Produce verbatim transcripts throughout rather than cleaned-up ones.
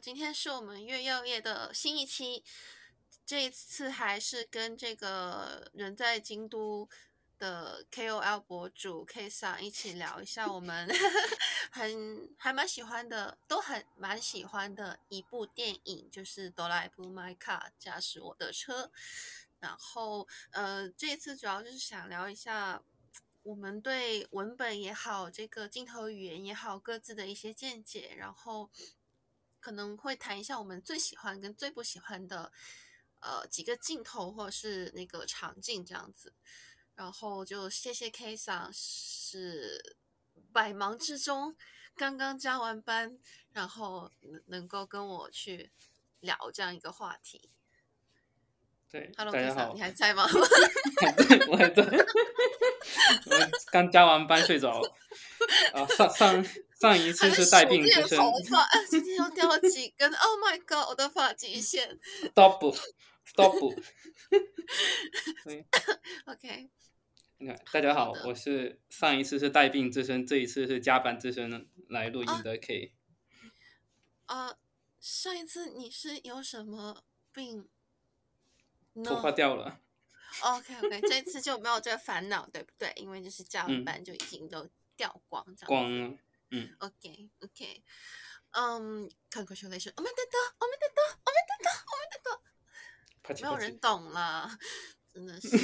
今天是我们月曜夜的新一期，这一次还是跟这个人在京都的 K O L 博主 K 桑一起聊一下我们很还蛮喜欢的，都很蛮喜欢的一部电影，就是《哆啦 A 梦 My Car》驾驶我的车。然后呃，这一次主要就是想聊一下我们对文本也好，这个镜头语言也好，各自的一些见解，然后可能会谈一下我们最喜欢跟最不喜欢的呃几个镜头或者是那个场景这样子。然后就谢谢 K 桑是百忙之中刚刚加完班，然后能够跟我去聊这样一个话题。 对 Hello 大 K 家桑， 好。 你还在吗？ 对，我还在。我刚加完班睡着了。啊，上上上一次是带病之身。 还在数自己的头发，啊，今天又掉了几根 ？Oh my god！ 我的发际线。 Stop Stop。对 OK， 你看，大家好， 好的我是上一次是带病之身，这一次是加班之身来录音啊的 K。 呃，上一次你是有什么病头发呢掉了。 ？OK OK，这一次就没有这个烦恼，对不对？因为就是加完嗯， 班就已经都掉光这样子。 光了。嗯， OK OK，嗯，Congratulations！我们得得，我们得得，我们得得，我们得得， 啪叽啪叽。 没有人懂啦，真的是。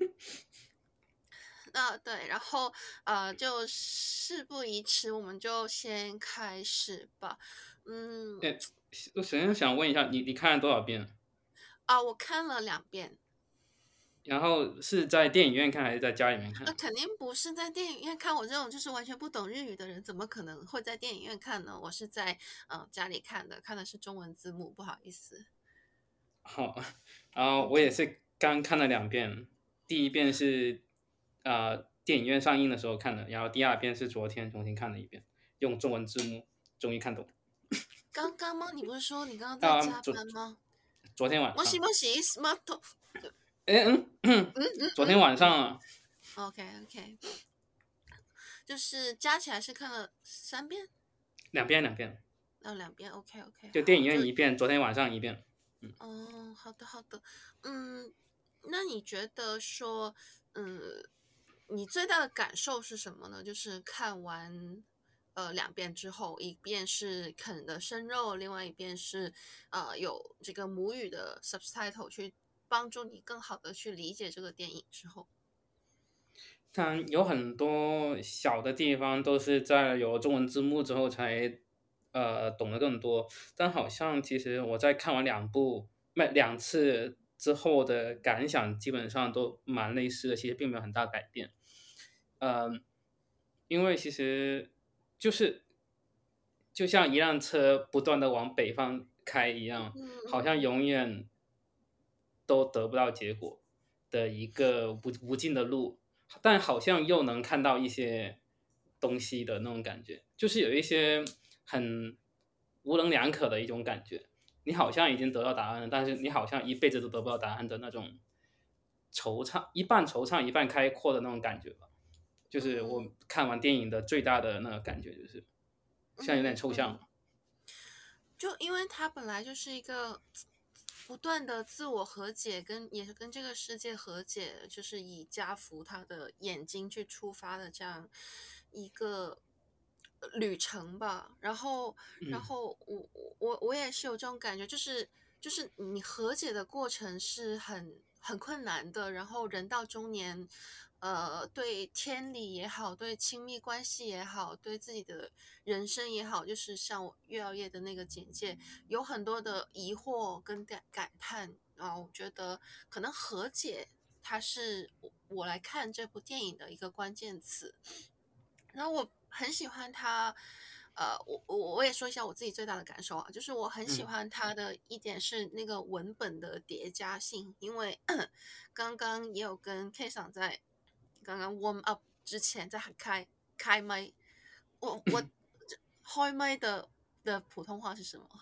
那对，然后呃，就事不宜迟，我们就先开始吧。嗯， 哎，我首先想问一下，你你看了多少遍？ 啊，我看了两遍， 然后是在电影院看还是在家里面看？ 那肯定不是在电影院看。我这种就是完全不懂日语的人，怎么可能会在电影院看呢？我是在呃家里看的，看的是中文字幕，不好意思。 好，然后我也是刚看了两遍，第一遍是呃电影院上映的时候看的，然后第二遍是昨天重新看了一遍，用中文字幕，终于看懂。 刚刚吗？你不是说你刚刚在啊， 加昨班吗？ 昨天晚もし上。 もし，smart。 哎嗯嗯， 嗯嗯昨天晚上啊。 ，OK OK，就是加起来是看了三遍， 两遍两遍， 到两遍。OK OK， 就电影好，就院一遍，昨天晚上一遍。 哦，好的好的，嗯，那你觉得说，嗯，你最大的感受是什么呢？就是看完呃两遍之后，一遍是啃的生肉，另外一遍是呃有这个母语的 subtitle 去帮助你更好的去理解这个电影之后。 当然有很多小的地方都是在有中文字幕之后才呃懂得更多，但好像其实我在看完两部没两次之后的感想基本上都蛮类似的，其实并没有很大改变。嗯、因为其实就是就像一辆车不断的往北方开一样， 嗯好像永远都得不到结果的一个无无尽的路，但好像又能看到一些东西的那种感觉，就是有一些很模棱两可的一种感觉。你好像已经得到答案了，但是你好像一辈子都得不到答案的那种惆怅，一半惆怅一半开阔的那种感觉吧。就是我嗯看完电影的最大的那个感觉，就是现在有点抽象了。 嗯嗯就因为它本来就是一个不断的自我和解跟，也是跟这个世界和解，就是以加福他的眼睛去出发的这样一个呃旅程吧。然后，然嗯， 后我我我也是有这种感觉，就是就是你和解的过程是很很困难的，然后人到中年，呃，对天理也好，对亲密关系也好，对自己的人生也好，就是像我月曜夜的那个简介，有很多的疑惑跟感感叹。然后我觉得可能和解，它是我我来看这部电影的一个关键词。然后我很喜欢他，呃，我我我也说一下我自己最大的感受啊，就是我很喜嗯， 欢他的一点是那个文本的叠加性，因为刚刚也有跟 K 嫂在刚刚 warm up 之前在开开麦，我我开麦的的普通话是什么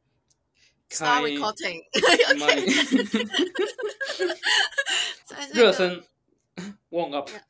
？Start 开 recording，OK，、 麦。 在这个热身 warm up。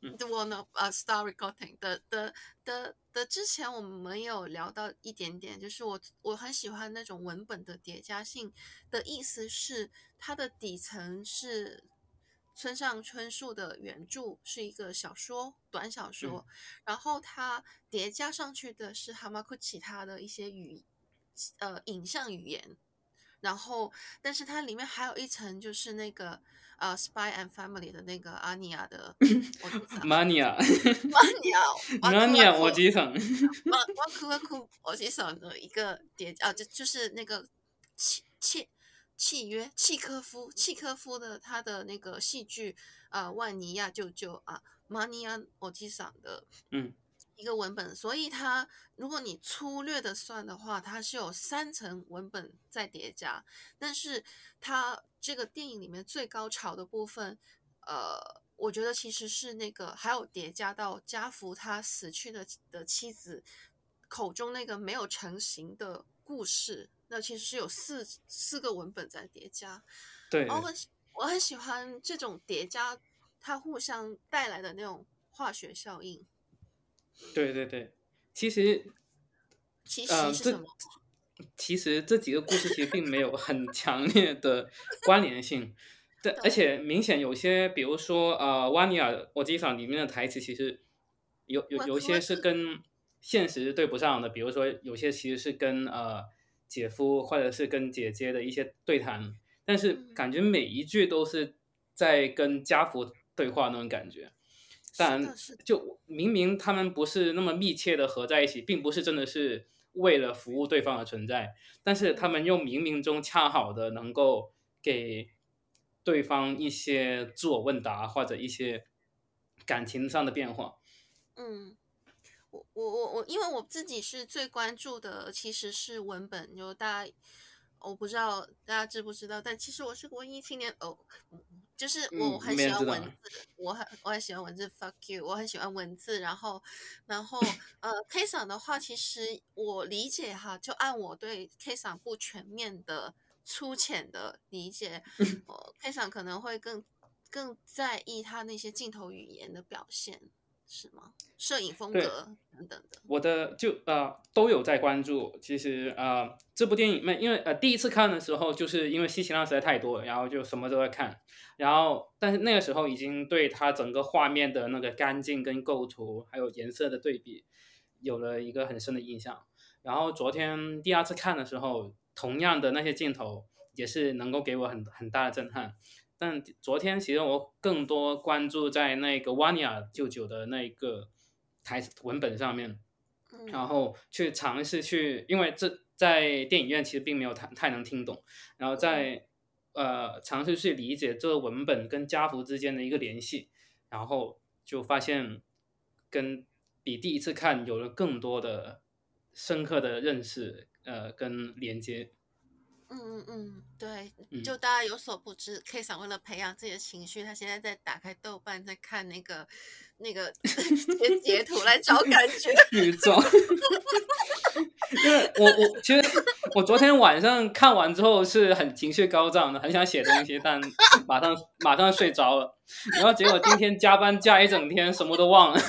嗯 The One of 呃 Star Recording 的的的的之前我们有聊到一点点，就是我我很喜欢那种文本的叠加性的意思是，它的底层是村上春树的原著，是一个小说短小嗯说，然后它叠加上去的是蛤蟆库其他的一些语呃影像语言。然后，但是它里面还有一层，就是那个呃《Spy and Family》的那个阿尼亚的我记得 ，Mania 阿尼亚瓦库瓦 Mania 库我机场， 瓦瓦库瓦库我记得的一个叠啊，就就是那个契契契约契科夫契科夫的他的那个戏剧啊、呃万尼亚舅舅啊马尼亚我记上的嗯一个文本，所以它如果你粗略的算的话，它是有三层文本在叠加，但是它这个电影里面最高潮的部分，呃，我觉得其实是那个还有叠加到家福他死去的的妻子口中那个没有成型的故事，那其实是有四四个文本在叠加，然后对我很喜我很喜欢这种叠加，它互相带来的那种化学效应。 对对对，其实其实呃，这是什么？ 其实这几个故事其实并没有很强烈的关联性，对，而对， 且明显有些，比如说呃，《瓦尼亚我机场》里面的台词，其实有有我有一些是我跟现实对不上的，比如说有些其实是跟呃姐夫或者是跟姐姐的一些对谈，但是嗯， 感觉每一句都是在跟家福对话那种感觉。但是的，是的， 就明明他们不是那么密切的合在一起，并不是真的是为了服务对方而存在，但是他嗯们又冥冥中恰好的能够给对方一些自我问答或者一些感情上的变化。 嗯。我我我我，因为我自己是最关注的，其实是文本。就大家，我不知道大家知不知道，但其实我是个文艺青年哦，就是我嗯， 很喜没人知道。 欢文字，我很我很喜欢文字，fuck you，我很喜欢文字。然后，然后呃，K 赏的话，其实我理解哈，就按我对 K 赏不全面的、粗浅的理解，呃，K 赏可能会更更在意他那些镜头语言的表现，是吗？摄影风对， 格等等的。 我的就呃都有在关注。其实呃这部电影没因为呃第一次看的时候，就是因为信息量实在太多了，然后就什么都在看。然后但是那个时候已经对它整个画面的那个干净跟构图，还有颜色的对比，有了一个很深的印象。然后昨天第二次看的时候，同样的那些镜头也是能够给我很很大的震撼。但昨天其实我更多关注在那个瓦尼亚舅舅的那个台词文本上面，然嗯后去尝试去，因为这在电影院其实并没有太太能听懂，然后嗯在呃尝试去理解这个文本跟家福之间的一个联系，然后就发现跟比第一次看有了更多的深刻的认识，呃，跟连接。 嗯嗯嗯，对， 嗯， 就大家有所不知，K 想为了培养自己的情绪，他现在在打开豆瓣，在看那个那个截截图来找感觉。 绿洲。因为我我其实我昨天晚上看完之后是很情绪高涨的，很想写东西，但马上马上睡着了，然后结果今天加班加一整天，什么都忘了。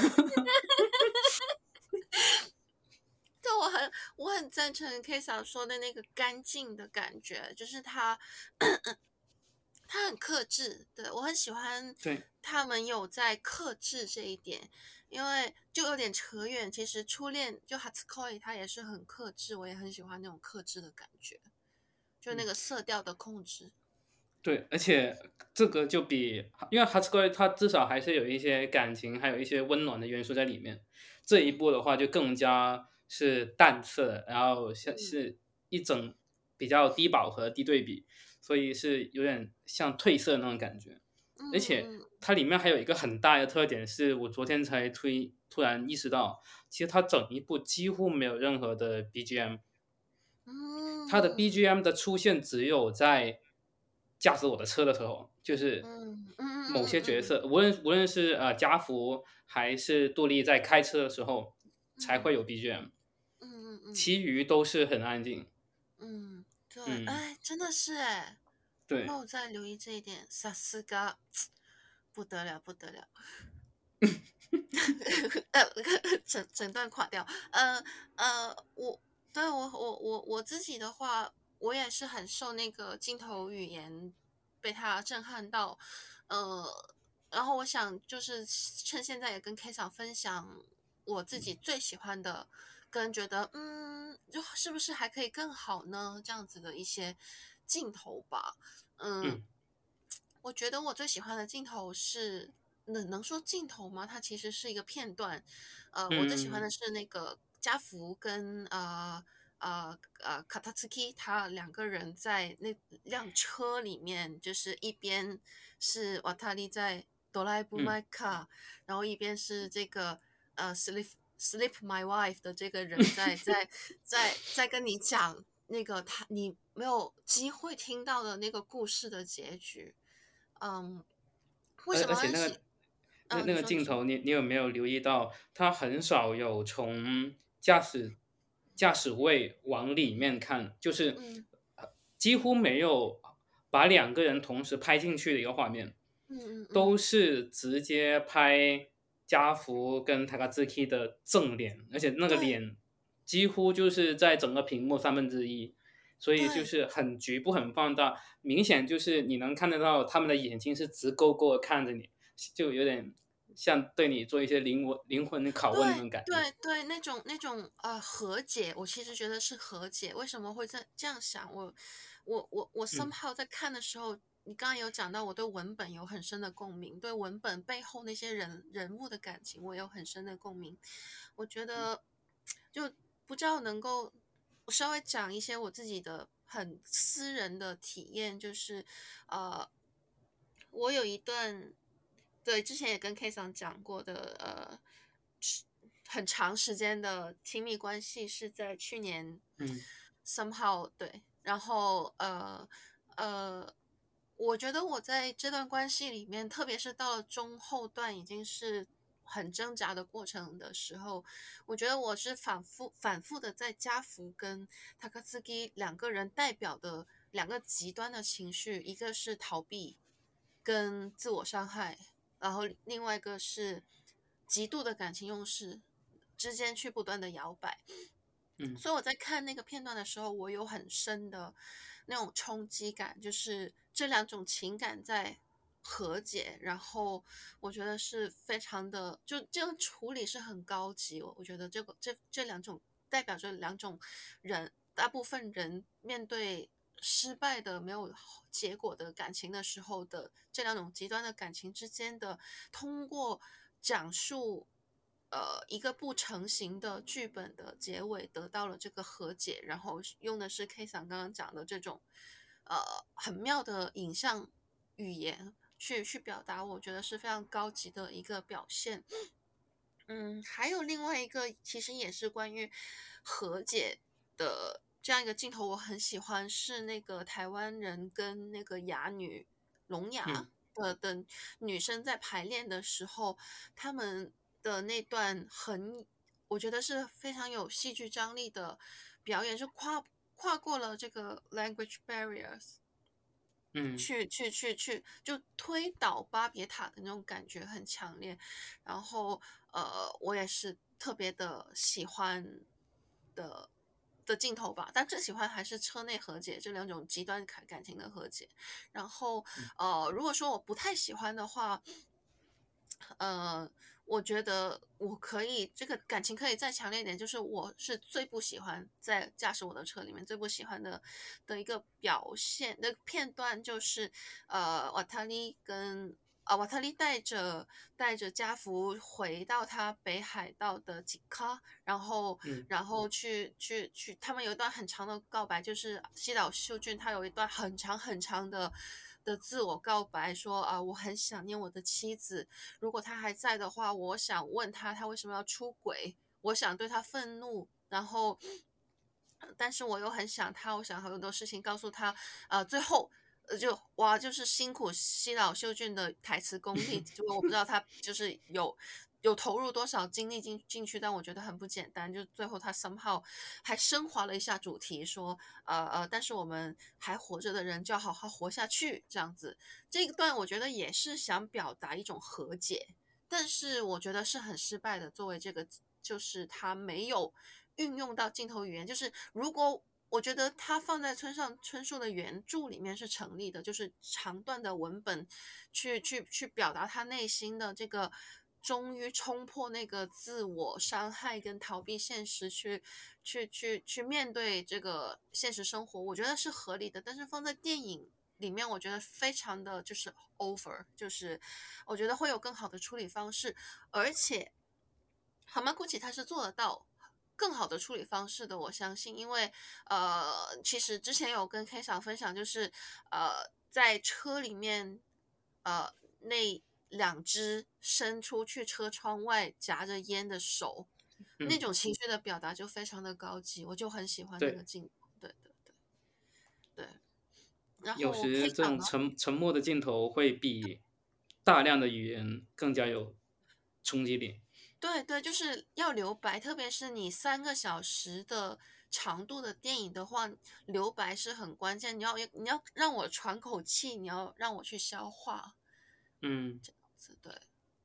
对，我很我很赞成 K 想说的那个干净的感觉，就是他他很克制，对，我很喜欢对， 他们有在克制这一点，因为就有点扯远。其实初恋就 Hatsukoi 他也是很克制，我也很喜欢那种克制的感觉，就那嗯， 个色调的控制。 对，而且这个就比因为 h a t s k o 它至少还是有一些感情，还有一些温暖的元素在里面。这一嗯部的话就更加是淡色，然后像嗯是一整比较低饱和、低对比，所以是有点像褪色那种感觉。而且嗯它里面还有一个很大的特点，是我昨天才推突然意识到，其实它整一部几乎没有任何的 B G M，它的嗯 B G M 的出现只有在驾驶我的车的时候，就是嗯嗯嗯某些角嗯色，无论无论是呃家福还是杜丽在开车的时候才会嗯有 B G M， 嗯嗯嗯其余都是很安静。 嗯，对， 嗯， 哎，真的是哎，我没对。 有在留意这一点，萨斯嘎，不得了不得了。 呃，整整段垮掉。呃呃，我对我我我我自己的话，我也是很受那个镜头语言被他震撼到，呃，然后我想就是趁现在也跟 K 嫂分享我自己最喜欢的，跟觉得嗯，就是不是还可以更好呢？这样子的一些镜头吧。嗯， 嗯我觉得我最喜欢的镜头是，能能说镜头吗？它其实是一个片段。呃，我最喜欢的嗯是那个家福跟呃呃呃卡塔茨基他两个人在那辆车里面，就是一边是瓦塔利在哆啦 A 梦嗯 my car，然后一边是这个呃 sleep sleep my wife 的这个人在在在在跟你讲那个他你没有机会听到的那个故事的结局。嗯，为什么而而且那个很喜？嗯， 那那你说你说。 个镜头，你你有没有留意到，他很少有从驾驶驾驶位往里面看，就是嗯呃几乎没有把两个人同时拍进去的一个画面， 嗯嗯都嗯， 是直接拍家福跟 Takatsuki 的正脸，而且那个对脸几乎就是在整个屏幕三分之一。所以就对是很局部、很放大，明显就是你能看得到他们的眼睛是直勾勾的看着你，就有点像对你做一些灵魂灵魂的拷问那对种感觉。 对对，那种那种呃和解，我其实觉得是和解。为什么会这这样想？我我我我嗯 somehow 在看的时候，你刚刚有讲到我对文本有很深的共鸣，对文本背后那些人人物的感情，我有很深的共鸣。我觉得就不知道能够我稍微讲一些我自己的很私人的体验，就是呃，我有一段对之前也跟 K 桑讲过的呃，是很长时间的亲密关系是在去年嗯 somehow 对，然后呃呃，我觉得我在这段关系里面，特别是到了中后段，已经是很挣扎的过程的时候，我觉得我是反复反复的在家福跟塔克斯基两个人代表的两个极端的情绪，一个是逃避跟自我伤害，然后另外一个是极度的感情用事之间去不断的摇摆。 嗯所以我在看那个片段的时候，我有很深的那种冲击感，就是这两种情感在和解，然后我觉得是非常的，就这样处理是很高级。我我觉得这个这这两种代表着两种人，大部分人面对失败的没有结果的感情的时候的这两种极端的感情之间的，通过讲述。呃，一个不成形的剧本的结尾得到了这个和解，然后用的是 K 桑刚刚讲的这种呃很妙的影像语言去去表达，我觉得是非常高级的一个表现。嗯，还有另外一个，其实也是关于和解的这样一个镜头，我很喜欢，是那个台湾人跟那个哑女聋哑嗯的的女生在排练的时候，他们的那段很，我觉得是非常有戏剧张力的表演，是跨跨过了这个 language barriers。 嗯去去去去，就推倒巴别塔的那种感觉很强烈。然后呃，我也是特别的喜欢的的镜头吧，但最喜欢还是车内和解这两种极端感感情的和解。然后嗯呃，如果说我不太喜欢的话，呃，我觉得我可以，这个感情可以再强烈一点，就是我是最不喜欢在驾驶我的车里面最不喜欢的的一个表现的片段，就是呃，瓦塔利跟啊瓦塔利带着带着家福回到他北海道的吉卡，然后嗯然后去去去，他们有一段很长的告白，就是西岛秀俊他有一段很长很长的。的自我告白说啊，我很想念我的妻子，如果他还在的话，我想问他，他为什么要出轨？我想对他愤怒，然后，但是我又很想他，我想很多事情告诉他。呃，最后，呃，就哇，就是辛苦西岛秀俊的台词功力，就我不知道他就是有有投入多少精力进进去，但我觉得很不简单。就最后他 somehow 还升华了一下主题，说，呃呃，但是我们还活着的人就要好好活下去，这样子。这一段我觉得也是想表达一种和解。 但是我觉得是很失败的。作为这个，就是他没有运用到镜头语言，就是如果我觉得他放在村上春树的原著里面是成立的，就是长段的文本去去去表达他内心的这个。终于冲破那个自我伤害跟逃避现实去，去去去面对这个现实生活，我觉得是合理的。但是放在电影里面，我觉得非常的就是 over，就是我觉得会有更好的处理方式，而且蛤蟆 Gucci 他是做得到更好的处理方式的，我相信，因为呃，其实之前有跟 K 嫂分享，就是呃，在车里面，呃，那两只伸出去车窗外夹着烟的手，那嗯， 种情绪的表达就非常的高级，我就很喜欢那个对， 镜头，对对对对。然有后 K 时这种嫂呢？ 沉沉默的镜头会比大量的语言更加有冲击力。 对对，就是要留白，特别是你三个小时的长度的电影的话，留白是很关键。你要你要让我喘口气，你要让我去消化， 嗯。 这样子对。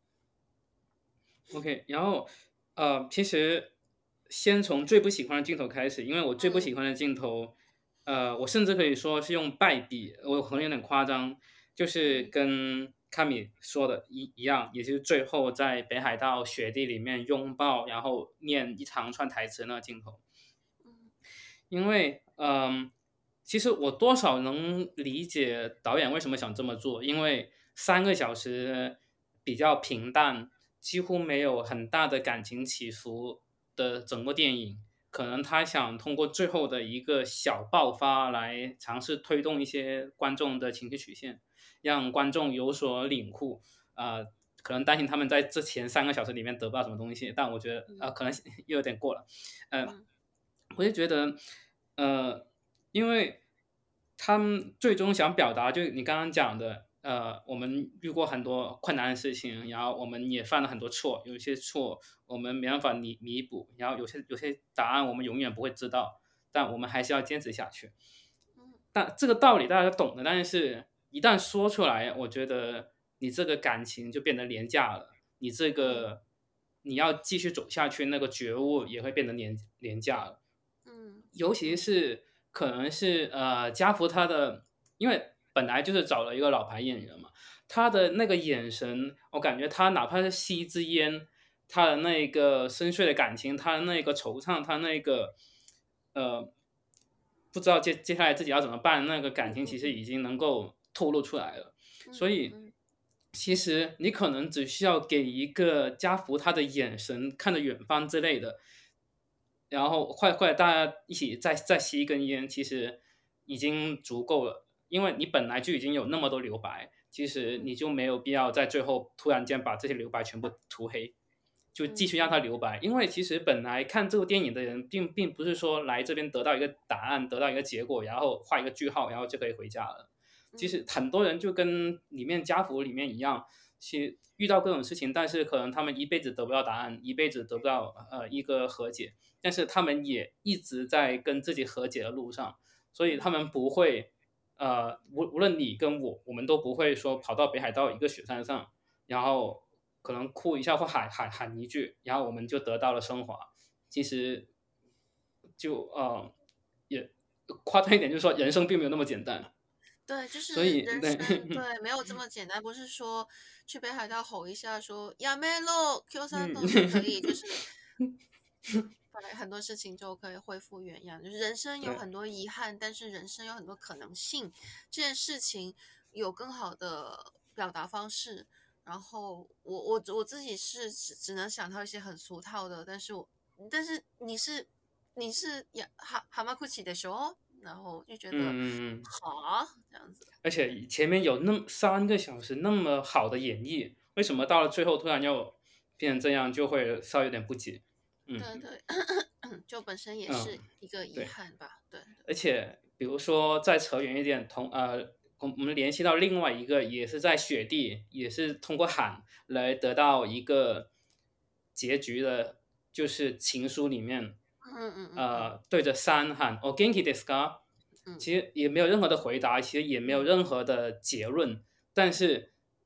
OK，然后呃，其实先从最不喜欢的镜头开始，因为我最不嗯喜欢的镜头，呃，我甚至可以说是用败笔，我可能有点夸张，就是嗯跟卡米说的一一样，也就是最后在北海道雪地里面拥抱，然后念一长串台词那个镜头。 嗯因为，嗯，其实我多少能理解导演为什么想这么做，因为三个小时比较平淡，几乎没有很大的感情起伏的整个电影，可能他想通过最后的一个小爆发来尝试推动一些观众的情绪曲线，让观众有所领悟。啊、可能担心他们在这前三个小时里面得不到什么东西，但我觉得，呃， 嗯可能又有点过了。呃， 嗯我就觉得，呃，因为他们最终想表达，就是你刚刚讲的，呃，我们遇过很多困难的事情，然后我们也犯了很多错，有一些错我们没办法弥弥补，然后有些有些答案我们永远不会知道，但我们还是要坚持下去。 嗯但这个道理大家都懂的，但是一旦说出来，我觉得你这个感情就变得廉价了，你这嗯个你要继续走下去，那个觉悟也会变得廉廉价了。 嗯尤其嗯是可能是呃，家福他的，因为本来就是找了一个老牌演员嘛，他的那个眼神，我感觉他哪怕是吸一支烟，他的那个深邃的感情，他的那个惆怅，他那个呃，不知道接接下来自己要怎么办，那个感情其实已经能够透露出来了。所以， 嗯嗯其实你可能只需要给一个家福他的眼神，看着远方之类的，然后或或者大家一起再再吸一根烟，其实已经足够了，因为你本来就已经有那么多留白，其实嗯你就没有必要在最后突然间把这些留白全部涂黑，就继续让它嗯嗯留白。因为其实本来看这部电影的人并并不是说来这边得到一个答案，得到一个结果，然后画一个句号，然后就可以回家了。其实嗯很多人就跟里面家福里面一样，其实遇到各种事情，但是可能他们一辈子得不到答案，一辈子得不到呃一个和解。但是他们也一直在跟自己和解的路上，所以他嗯们不会，呃，无无论你跟我，我们都不会说跑到北海道一个雪山上，然后可能哭一下或喊喊喊一句，然后我们就得到了升华。其实就呃也夸张一点，就是说人生并没有那么简单。 对，就所是以对， 人生，对，没有这么简单，不是说去北海道吼一下说“亚梅洛 Q 三嗯， 豆”就可以，就是本来很多事情就可以恢复原样。就是人生有对， 很多遗憾，但是人生有很多可能性，这件事情有更好的表达方式。然后我我我自己是只只能想到一些很俗套的，但是我但是你是你是呀哈蛤蟆库奇的时候，然后就觉嗯得嗯嗯。 好这样子。 而且前面有那么三个小时那么好的演绎，为什么到了最后突然又变成这样，就会稍微有点不解。嗯对对，就本身也嗯， 是一个遗对。 憾吧。对对， 而且比如说再扯远一点，同呃，我我们联系到另外一个也是在雪地，也是通过喊来得到一个结局的，就是情书里面， 嗯嗯嗯嗯呃，对着山喊 “O genki desu ka”， 嗯其实也没有任何的回答，其实也没有嗯任何的结论，但是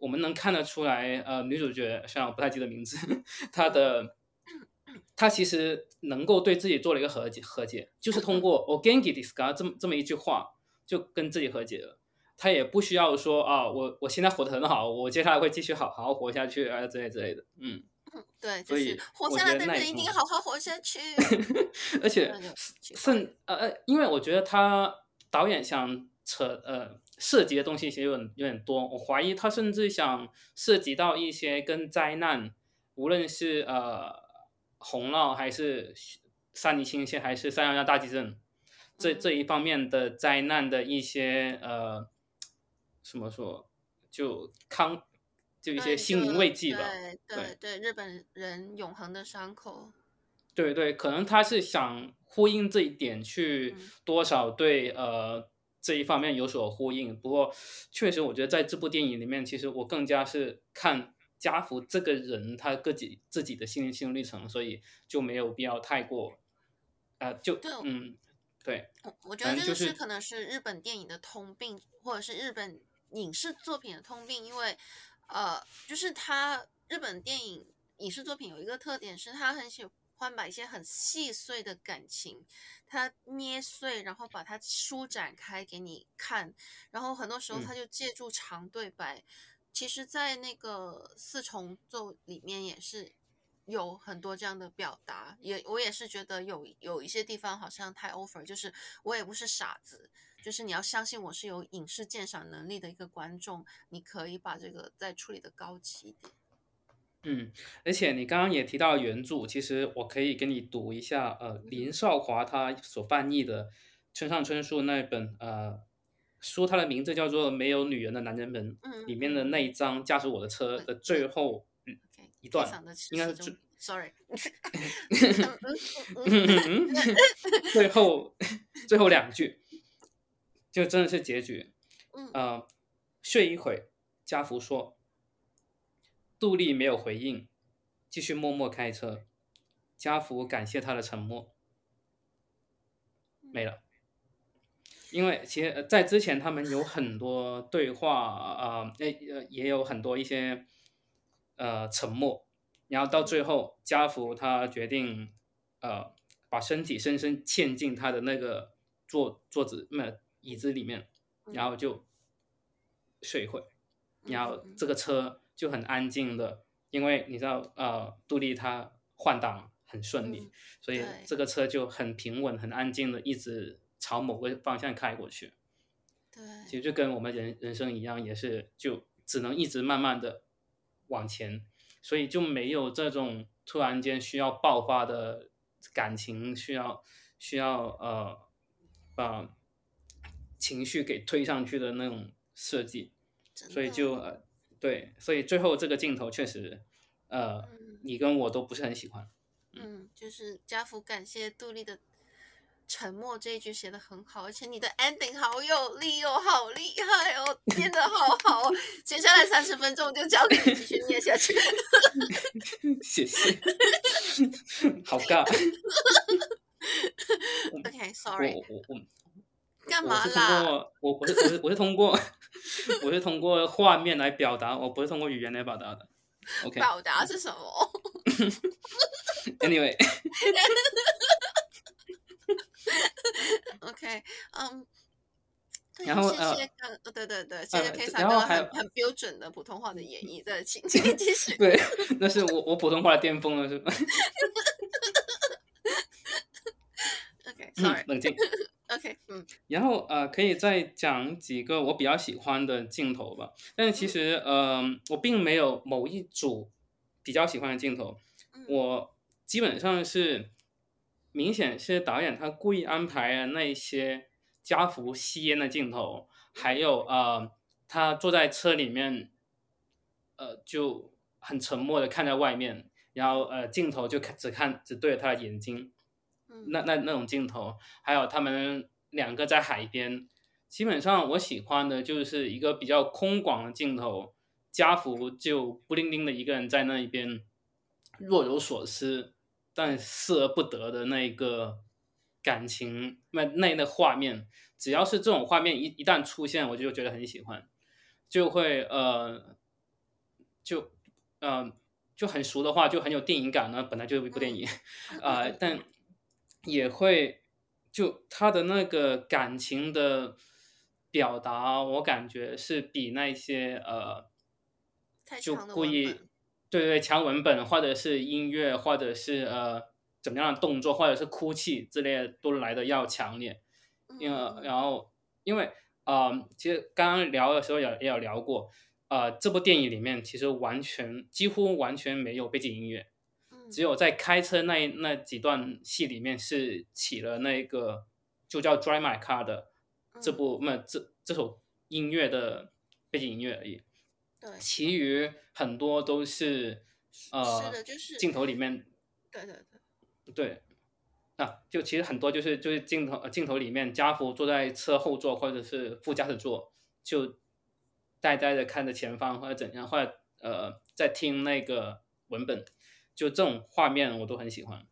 我们能看得出来，呃，女主角虽然我不太记得名字，她的她其实能够对自己做了一个和解，和解就是通过 "ogenki desu ka" 这么这么一句话，就跟自己和解了。她也不需要说啊，我我现在活得很好，我接下来会继续好好好活下去啊之类之类的。嗯， 对，就是所以活下来的我觉得那嗯， 人一定要好好活下去。 而且那个句话， 甚呃呃，因为我觉得他导演想扯呃涉及的东西其实有点有点多，我怀疑他甚至想涉及到一些跟灾难，无论是呃洪涝还是山泥倾泻还是三幺幺大地震，这这嗯， 一方面的灾难的一些呃怎么说，就康就一些对，就心灵慰藉吧。 对对对对，日本人永恒的伤口。 对对，可能他是想呼应这一点，去嗯多少对呃这一方面有所呼应。不过，确实我觉得在这部电影里面，其实我更加是看家福这个人他自己自己的心心路历程，所以就没有必要太过，呃，就对， 嗯，对， 我我觉得反正这个是就是可能是日本电影的通病，或者是日本影视作品的通病，因为呃，就是它日本电影影视作品有一个特点是，它很喜欢把一些很细碎的感情，它捏碎，然后把它舒展开给你看，然后很多时候嗯它就借助长对白。其实，在那个四重奏里面也是有很多这样的表达，也我也是觉得有有一些地方好像太 over，就是我也不是傻子，就是你要相信我是有影视鉴赏能力的一个观众，你可以把这个再处理的高级一点。 嗯，而且你刚刚也提到原著，其实我可以给你读一下，呃，林嗯少华他所翻译的村上春树那本呃书，它的名字叫做《没有女人的男人们》， 嗯嗯里面的那嗯一章《驾驶我的车》 嗯， 的那那最后嗯 OK， 一 K 段， 嗓的应该是最始终，sorry，嗯嗯嗯最后最后两句，就真的是结局。 嗯呃，睡一会，家福说，杜丽没有回应，继续默默开车。家福感谢他的沉默，没嗯了。因为其实呃在之前他们有很多对话啊，呃，呃也有很多一些呃沉默，然后到最嗯后家福他决定呃把身体深深嵌进他的那个坐坐子那椅子里面，然嗯后就睡一会，然后嗯嗯这个车就很安静的，因为你知道呃杜丽她换挡很顺利， 嗯， 所以对这个车就很平稳、很安静的一直朝某个方向开过去。其实对， 就跟我们人人生一样，也是就只能一直慢慢的往前，所以就没有这种突然间需要爆发的感情，需要需要呃把情绪给推上去的那种设计，所以真的， 就呃对，所以最后这个镜头确实呃嗯。 你跟我都不是很喜欢。 嗯，就是家福感谢杜丽的沉默这一句写的很好，而且你的 ending 好有力哦，好厉害哦，念的好好哦。接下来三十分钟就交给你继续念下去。 谢谢，好尬。我 OK，sorry，、 我我我干我是通嘛啦？ 过我我是我是我是通过我是通过画面来表达，我不是通过语言来表达的。 表达是什么 OK，Anyway，、 ？OK，嗯，对， 然后谢谢呃刚，呃对对对，谢谢呃， K 嫂然后还有刚刚很很标准的普通话的演绎，对，请请你继续。 对，那是我我普通话的巅峰了，是吧？嗯， OK，sorry，OK，、 冷静。 嗯然后呃，可以再讲几个我比较喜欢的镜头吧。但是其嗯实呃，我并没有某一组比较喜欢的镜头， 嗯我基本上是明显是导演他故意安排了那些家福吸烟的镜头，还嗯有呃，他坐在车里面，呃，就很沉默的看在外面，然后呃，镜头就看只看只对着他的眼睛。 嗯那那那种镜头，还有他们两个在海边，基本上我喜欢的就是一个比较空广的镜头，家福就孤零零的一个人在那一边，若有所思，但失而不得的那一个感情，那那那画面，只要是这种画面一一旦出现，我就觉得很喜欢，就会呃就呃就很熟的话，就很有电影感呢，本来就是一部电嗯影， 嗯嗯呃， 嗯嗯， 但也会就他的那个感情的表达，我感觉是比那些呃就太长的故意文本， 对对强文本或者是音乐或者是呃怎么样的动作或者是哭泣之类的都来的要强烈。 嗯因为嗯嗯然后因为呃，其实刚刚聊的时候也也有聊过，呃，这部电影里面其实完全几乎完全没有背景音乐， 嗯只有在开车那那几段戏里面是起了那个就叫《Drive My Car》的这嗯， 部那这这首音乐的背景音乐而已， 对， 其余很多都是呃是的，就是镜头里面对对对。 对啊，就其实很多就是就是镜头呃镜头里面，家福坐在车后座或者是副驾驶座，就呆呆的看着前方或者怎样，或者呃在听那个文本，就这种画面我都很喜欢。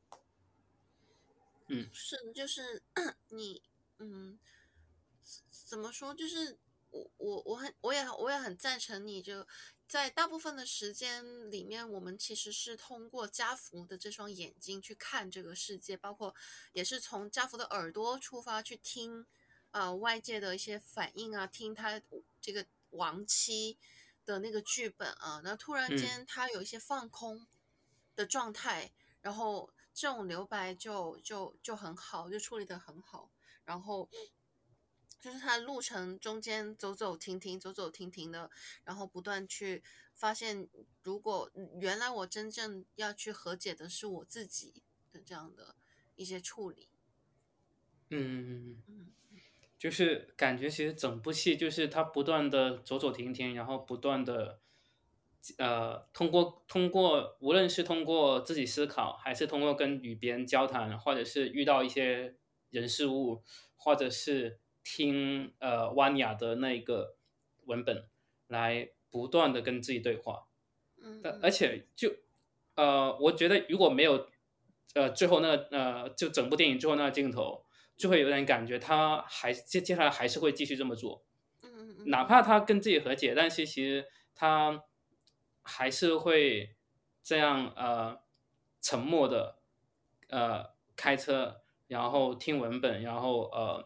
嗯是的，就是你，嗯，怎么说？就是我我我很我也我也很赞成你就在大部分的时间里面，我们其实是通过家福的这双眼睛去看这个世界，包括也是从家福的耳朵出发去听，呃，外界的一些反应啊，听他这个亡妻的那个剧本啊，那突然嗯间他有一些放空的状态。然后这种留白就就就很好，就处理的很好。然后就是它路程中间走走停停，走走停停的，然后不断去发现，如果原来我真正要去和解的是我自己的这样的一些处理。 嗯， 嗯就是感觉其实整部戏就是他不断的走走停停，然后不断的呃通过通过无论是通过自己思考，还是通过跟与别人交谈，或者是遇到一些人事物，或者是听呃弯雅的那个文本，来不断的跟自己对话。 嗯但而嗯嗯， 且就呃，我觉得如果没有呃最后那个呃就整部电影最后那个镜头，就会有点感觉他还接接下来还是会继续这么做， 嗯嗯嗯哪嗯， 怕他跟自己和解，但是其实他还是会这样呃沉默的呃开车，然后听文本，然后呃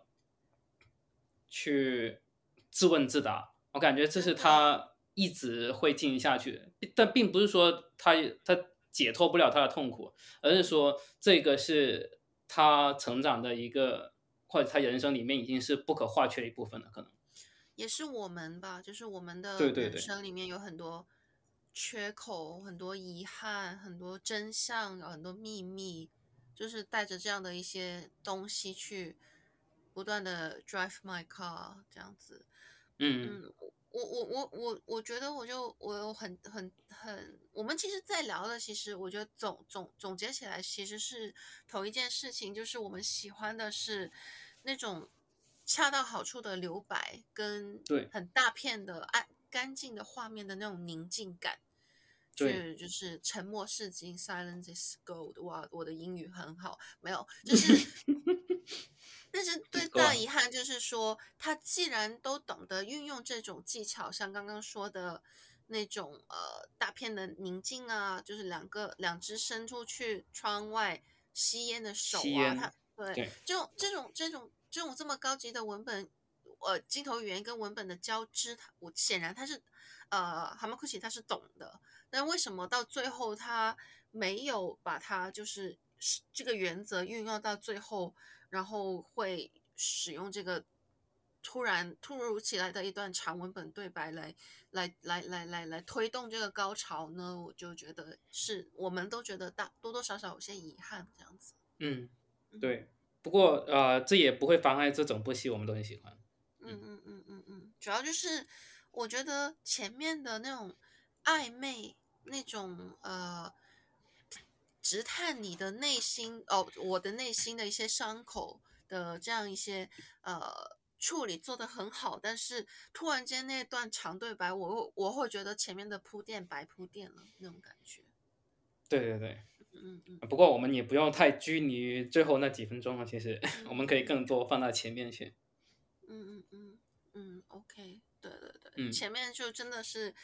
去自问自答。我感觉这是真的。 他一直会进行下去的，但并不是说他他解脱不了他的痛苦，而是说这个是他成长的一个，或者他人生里面已经是不可或缺的一部分了，可能。 也是我们吧，就是我们的人对对对， 生里面有很多缺口、很多遗憾、很多真相、有很多秘密，就是带着这样的一些东西去不断的 drive my car 这样子。 嗯， 嗯，我我我我我觉得我就我有很很很，我们其实在聊的，其实我觉得总总总结起来其实是同一件事情，就是我们喜欢的是那种恰到好处的留白，跟对很大片的暗干净的画面的那种宁静感， 对， 去就是沉默是金 ，silence is gold。哇，我的英语很好，没有，就是但是最够啊， 大的遗憾就是说，他既然都懂得运用这种技巧，像刚刚说的那种呃大片的宁静啊，就是两个两只伸出去窗外吸烟的手啊， 吸烟， 他对对这种这种这种这种这么高级的文本，呃镜头语言跟文本的交织，他我显然他是呃哈马库奇他是懂的，但为什么到最后他没有把它就是这个原则运用到最后？然后会使用这个突然突如其来的一段长文本对白来来来来来来推动这个高潮呢？我就觉得是我们都觉得大多多少少有些遗憾这样子。 嗯， 嗯对。不过呃，这也不会妨碍这整部戏我们都很喜欢。嗯嗯嗯嗯嗯嗯，主要就是我觉得前面的那种暧昧，那种呃直探你的内心哦，我的内心的一些伤口的这样一些呃处理做得很好，但是突然间那段长对白，我会我会觉得前面的铺垫白铺垫了那种感觉。 对对对。 嗯嗯不过我们也不用太拘泥于最后那几分钟了，其实我们可以嗯嗯更多放到前面去。 嗯嗯嗯嗯，OK，对对对， 嗯前面就真的是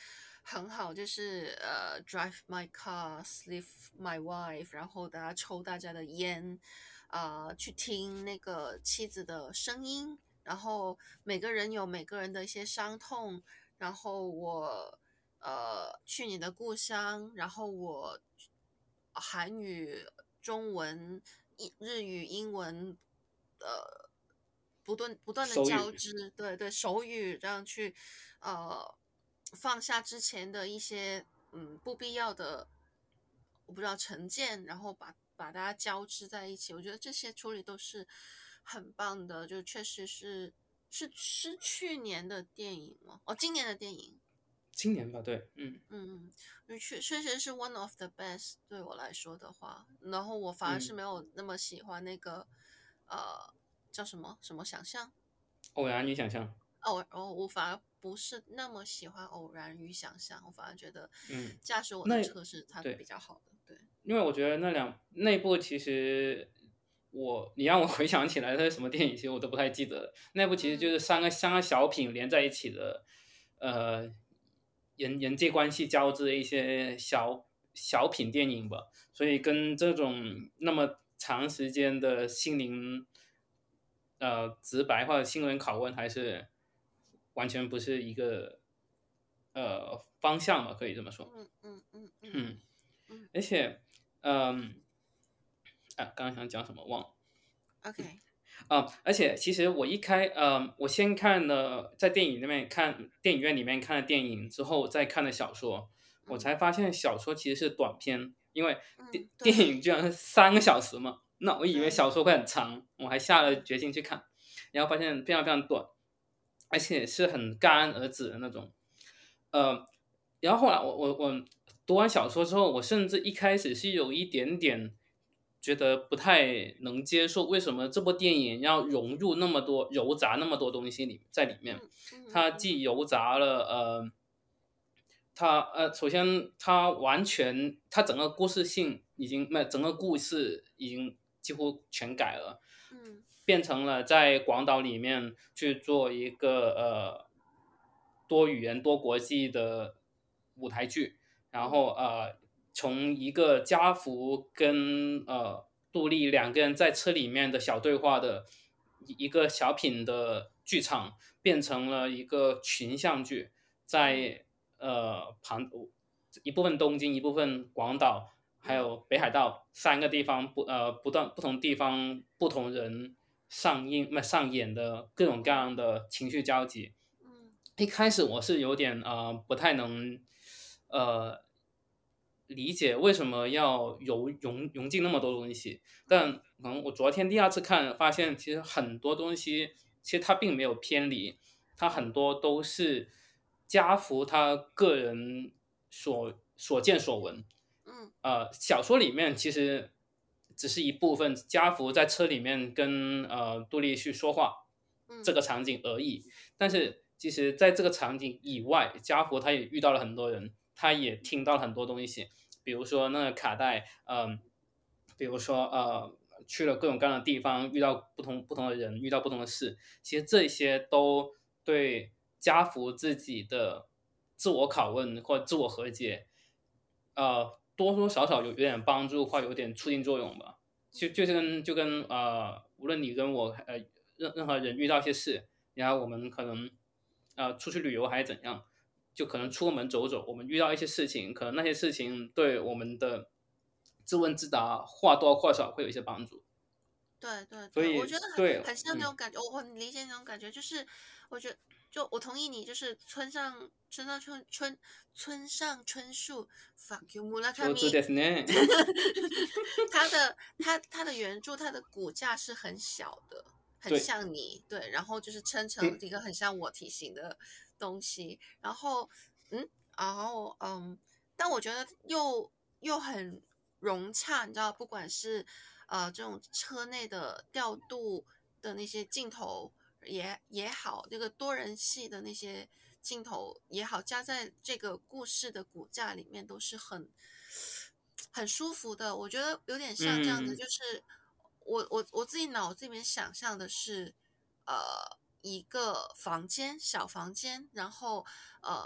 很好，就是呃，drive my car, sleep my wife，然后大家抽大家的烟，啊、去听那个妻子的声音，然后每个人有每个人的一些伤痛，然后我呃去你的故乡，然后我韩语、中文、日日语、英文，呃，不断不断的手语。 交织，对对，手语这样去，呃，放下之前的一些嗯不必要的，我不知道成见，然后把把大家交织在一起，我觉得这些处理都是很棒的，就确实是是是去年的电影吗？哦，今年的电影。 今年吧，对，嗯嗯，嗯，确确实是 one of the best 对我来说的话，然后我反而是嗯， 没有那么喜欢那个，呃，叫什么什么想象。 偶然与想象。 偶哦，我反而不是那么喜欢偶然与想象，我反而觉得嗯， 驾驶我的那车是它比对， 较好的，对。 因为我觉得那两那部其实我你让我回想起来它是什么电影，其实我都不太记得了。那部其实就嗯是三个三个小品连在一起的，呃，人人际关系交织的一些小小品电影吧。所以跟这种那么长时间的心灵呃直白或者新闻拷问还是完全不是一个呃方向吧，可以这么说。 嗯嗯嗯嗯嗯， 嗯而且嗯。啊，刚刚想讲什么忘了。 ，OK， 啊，而且其实我一开，呃，我先看了在电影里面看电影院里面看了电影之后再看的小说，我嗯才发现小说其实是短篇，因为电嗯， 电影对居然是三个小时嘛，那我以为小对， 说会很长，我还下了嗯决心去看，然后发现非常非常短，而且是很戛然而止的那种。呃，然后后来我我我读完小说之后，我甚至一开始是有一点点觉得不太能接受，为什么这部电影要融入那么多、糅杂那么多东西里在里面？ 嗯嗯嗯嗯它既糅杂了呃，它呃，首先它完全它整个故事性已经那整个故事已经几乎全改了， 嗯变成了在广岛里面去做一个呃多语言多国际的舞台剧，然嗯后呃从一个家福跟呃杜丽两个人在车里面的小对话的一一个小品的剧场，变成了一个群像剧， 嗯在呃旁一部分东京，一部分广岛，还嗯有北海道三个地方不呃不断不同地方不同人上映那上演的各种各嗯样的情绪交集。 嗯一开始我是有点呃不太能呃理解为什么要融融融进那么多东西，但嗯可能我昨天第二次看发现，其实很多东西其实它并没有偏离，它很嗯多都是家福他个人所所见所闻。 嗯呃，小说里面其实只是一部分，家福在车里面跟呃杜丽去说话这嗯个场景而已。但嗯是其实在这个场景以外，家福他也遇到了很多人，他也听到了很多东西，比如说那个卡带，嗯、比如说呃去了各种各样的地方，遇到不同不同的人，遇到不同的事，其实这些都对家福自己的自我拷问或自我和解，呃，多多少少有有点帮助或有点促进作用吧。就就跟就跟呃，无论你跟我呃任任何人遇到一些事，然后我们可能呃出去旅游还是怎样，就可能出门走走，我们遇到一些事情，可能那些事情对我们的自问自答或多或少会有一些帮助。 对对对，我所以觉得很对， 很像那嗯， 种感觉，我很理解那种感觉，就是我觉得就我同意你，就是村上村上春春村上春树，fuck you 木拉卡就这米， ですね。 他的他他的原著，他的骨架是很小的，很对， 像你，对，然后就是撑成嗯一个很像我体型的东西，然后嗯，然后嗯，但我觉得又又很融洽，你知道，不管是呃这种车内的调度的那些镜头也也好，那个多人戏的那些镜头也好，加在这个故事的骨架里面都是很很舒服的。我觉得有点像这样子， 嗯就是我我我自己脑子里面想象的是，呃，一个房间小房间，然后呃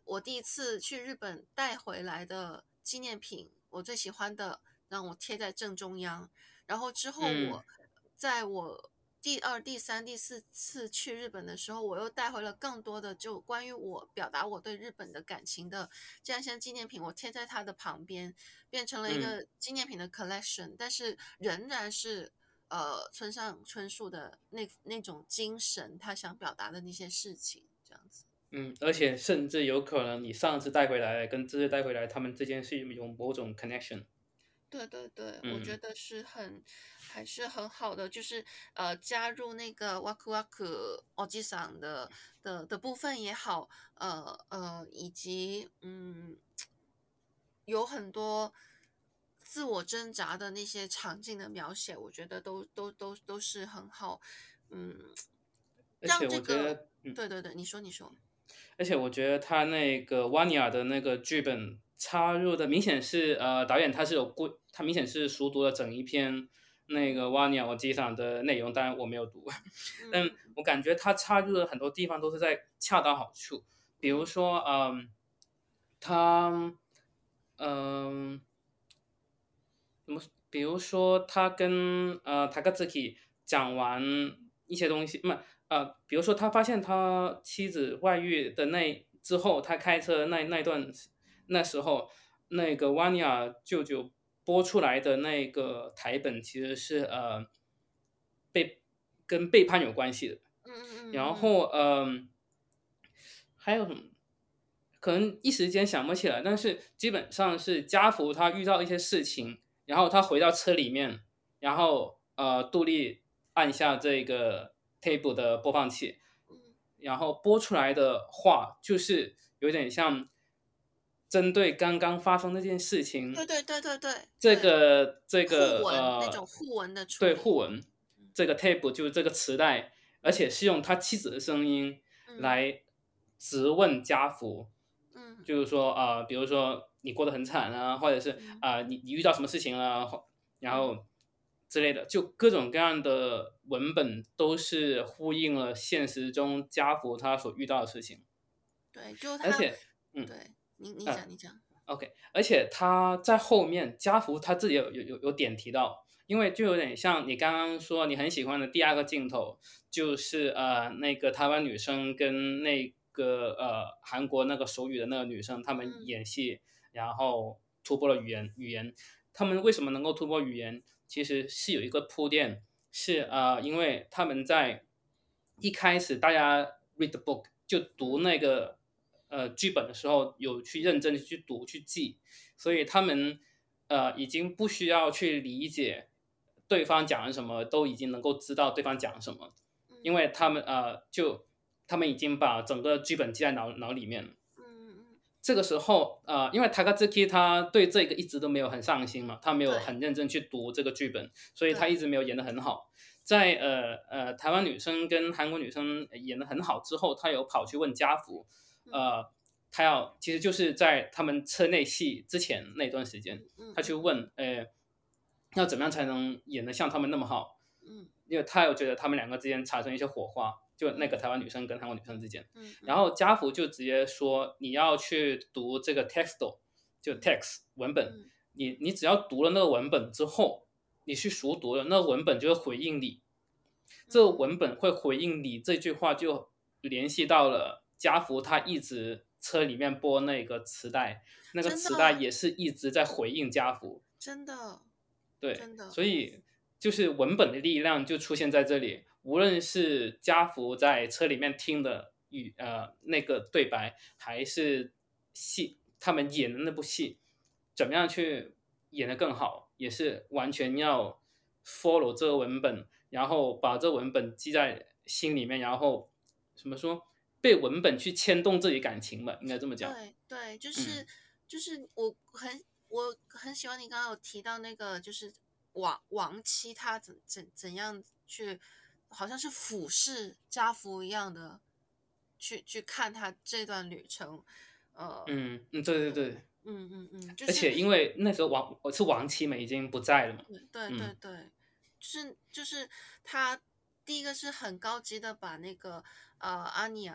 我第一次去日本带回来的纪念品，我最喜欢的，让我贴在正中央。然后之后嗯我在我第二、第三、第四次去日本的时候，我又带回了更多的就关于我表达我对日本的感情的这样一些纪念品，我贴在它的旁边，变成了一嗯。 个纪念品的 collection，但是仍然是呃村上春树的那那种精神，他想表达的那些事情，这样子。 嗯，而且甚至有可能你上次带回来跟这次带回来，他们之间是有某种 connection。 对对对，我觉嗯得是很还是很好的，就是呃加入那个哇酷哇酷おじさん的的的部分也好，呃呃，以及嗯有很多自我挣扎的那些场景的描写，我觉得都都都都是很好，嗯， 而且让这个我觉得，嗯， 对对对，你说你说， 而且我觉得他那个瓦尼亚的那个剧本插入的明显是，呃，导演他是有故，他明显是熟读了整一篇那个瓦尼亚我机场的内容，当然我没有读，但嗯我感觉他插入的很多地方都是在恰到好处，比如嗯说，嗯，他，嗯。怎么？比如说他跟呃 Takatsuki 讲完一些东西，不，呃，比如说他发现他妻子外遇的那之后，他开车那那段那时候，那个 Vanya 舅舅播出来的那个台本其实是呃背跟背叛有关系的。 嗯嗯嗯嗯然后嗯、还有什么？可能一时间想不起来，但是基本上是家福他遇到一些事情，然后他回到车里面，然后呃杜丽按下这个 tape 的播放器， 嗯， 然后播出来的话就是有点像针对刚刚发生那件事情， 对对对对对这对， 个这互个文那种呃互文的处理， 对互文这个 tape 就是这个磁带，而且是用他妻子的声音嗯来质问家福。 嗯就是说啊、呃比如说你过得很惨啊，或者是嗯啊、呃你你遇到什么事情了，或然嗯， 后之类的，就各种各样的文本都是呼应了现实中家福他所遇到的事情， 对，就他， 而且，嗯对你你呃讲你讲， ，OK，而且他在后面家福他自己有有有有点提到，因为就有点像你刚刚说你很喜欢的第二个镜头，就是呃那个台湾女生跟那个呃韩国那个手语的那个女生，她们嗯演戏，然后突破了语言语言，他们为什么能够突破语言？其实是有一个铺垫，是呃因为他们在一开始大家 read the book 就读嗯那个呃剧本的时候，有去认真地去读去记，所以他们呃已经不需要去理解对方讲了什么，都已经能够知道对方讲什么，因嗯为他们呃就他们已经把整个剧本记在脑脑里面了。 嗯嗯， 这个时候，呃，因为 Takatsuki 他对这个一直都没有很上心嘛，他没有对很认真去读这个剧本，所以他一对， 直没有演得很好。在呃呃台湾女生跟韩国女生演得很好之后，他有跑去问家福， 嗯呃，他要其实就是在他们车内戏之前那段时间， 嗯嗯他去嗯问，呃，要怎么样才能演得像他们那么好？ 嗯因为他有觉得他们两个之间产生一些火花，就那个嗯台湾女生跟韩国女生之间。 嗯嗯然后家福就直接说你要去读这个 texto，就 text 文本， 嗯你你只要读了那个文本之后，你去熟读了，那个文本就会回应你，这个嗯文本会回应你这句话，就联系到了家福他一直车里面播那个磁带，那个真的磁带也是一直在回应家福。 真的对， 真的， 所以就是文本的力量就出现在这里，无论是家福在车里面听的语呃那个对白，还是戏他们演的那部戏，怎么样去演得更好，也是完全要 follow 这个文本，然后把这文本记在心里面，然后怎么说被文本去牵动自己感情吧，应该这么讲。 对对，就嗯是就是我很我很喜欢你刚刚有提到那个，就是亡亡妻她怎怎怎样去，好像是俯视家福一样的去去看他这段旅程，呃， 嗯嗯，对对对， 嗯嗯嗯，就是而且因为那时候王是王琦美已经不在了嘛。 对对嗯对对，就是就是他第一个是很高级的把那个呃阿尼亚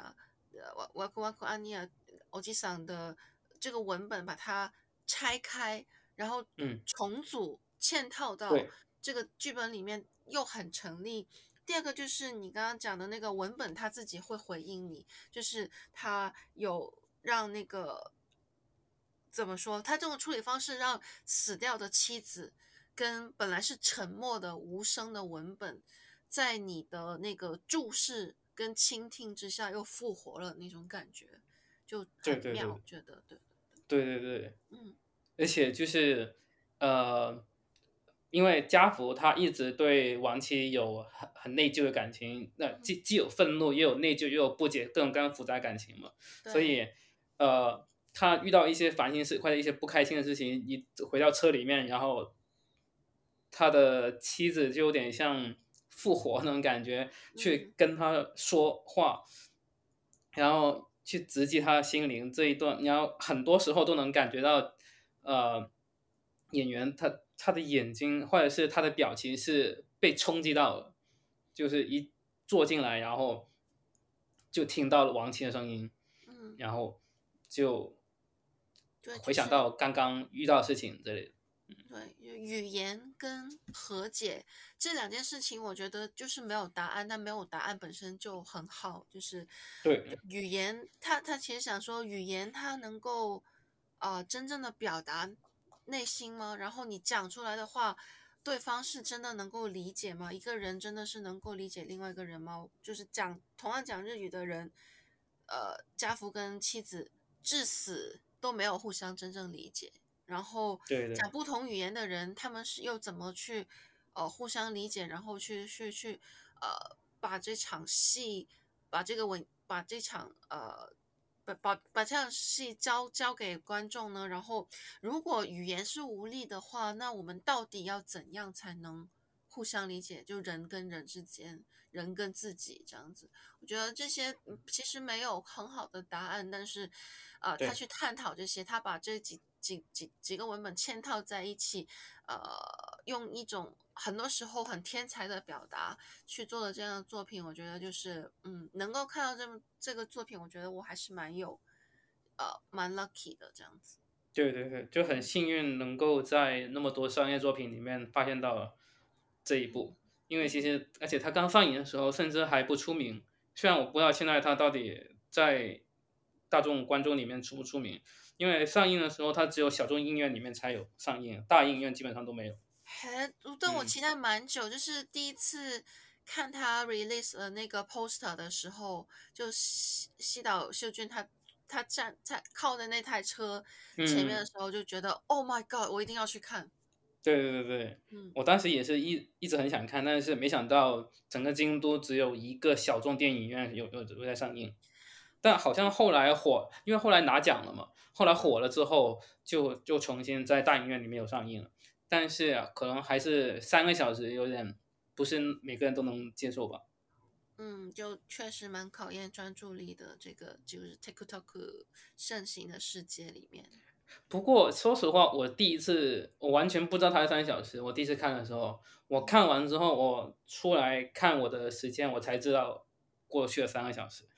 呃瓦库瓦库阿尼亚欧吉桑的这个文本，把它拆开，然后嗯， 重组嵌套到对这个剧本里面，又很成立。第二个就是你刚刚讲的那个文本，他自己会回应你，就是他有让那个怎么说，他这种处理方式让死掉的妻子跟本来是沉默的无声的文本，在你的那个注视跟倾听之下又复活了那种感觉，就很妙， 对对对我觉得对， 对对对， 嗯而且就是呃，因为家福他一直对亡妻有很很内疚的感情，那嗯， 既既有愤怒，又有内疚，又有不解，各种各样复杂感情嘛，所对， 以呃，他遇到一些烦心事或者一些不开心的事情，一回到车里面，然后他的妻子就有点像复活那种感觉，去嗯跟他说话，然后去直击他的心灵这一段，然后很多时候都能感觉到，呃，演员他他的眼睛或者是他的表情是被冲击到了，就是一坐进来，然后就听到了王琦的声音， 嗯， 然后就对，就回想是到刚刚遇到的事情之类的。 对，语言跟和解这两件事情，我觉得就是没有答案，但没有答案本身就很好。就是对语言，他他其实想说，语言它能够呃真正的表达内心吗？然后你讲出来的话，对方是真的能够理解吗？一个人真的是能够理解另外一个人吗？就是讲同样讲日语的人，呃，家福跟妻子至死都没有互相真正理解。然后对对讲不同语言的人，他们是又怎么去呃互相理解，然后去去去呃把这场戏，把这个文，把这场呃把把把这场戏交交给观众呢？然后如果语言是无力的话，那我们到底要怎样才能互相理解？就人跟人之间，人跟自己这样子。我觉得这些嗯其实没有很好的答案，但是，呃，他对去探讨这些，他把这几几几几个文本嵌套在一起，呃，用一种很多时候很天才的表达去做的这样的作品，我觉得就是，嗯，能够看到这么这个作品，我觉得我还是蛮有，呃，蛮 lucky 的这样子。 对对对，就很嗯幸运能够在那么多商业作品里面发现到了这一部，因为其嗯。 实而且它刚上映的时候甚至还不出名，虽然我不知道现在它到底在大众观众里面出不出名，因为上映的时候它只有小众影院里面才有上映，大影院基本上都没有。 还但我嗯， 期待蛮久，就是第一次看他 release 了那个 poster 的时候，就西西岛秀俊他他站在靠在那台车前面的嗯， 时候，就觉得 Oh my God，我一定要去看。 对对对对， 嗯我当时也是一一直很想看，但是没想到整个京都只有一个小众电影院有有有在上映。但好像后来火，因为后来拿奖了嘛，后来嗯火了之后就就重新在大影院里面有上映了，但是啊可能还是三个小时有点不是每个人都能接受吧。 嗯，就确实蛮考验专注力的，这个就是 TikTok 盛行的世界里面。 不过说实话，我第一次我完全不知道它是三个小时，我第一次看的时候，我嗯看完之后我出来看我的时间，我才知道过去了三个小时。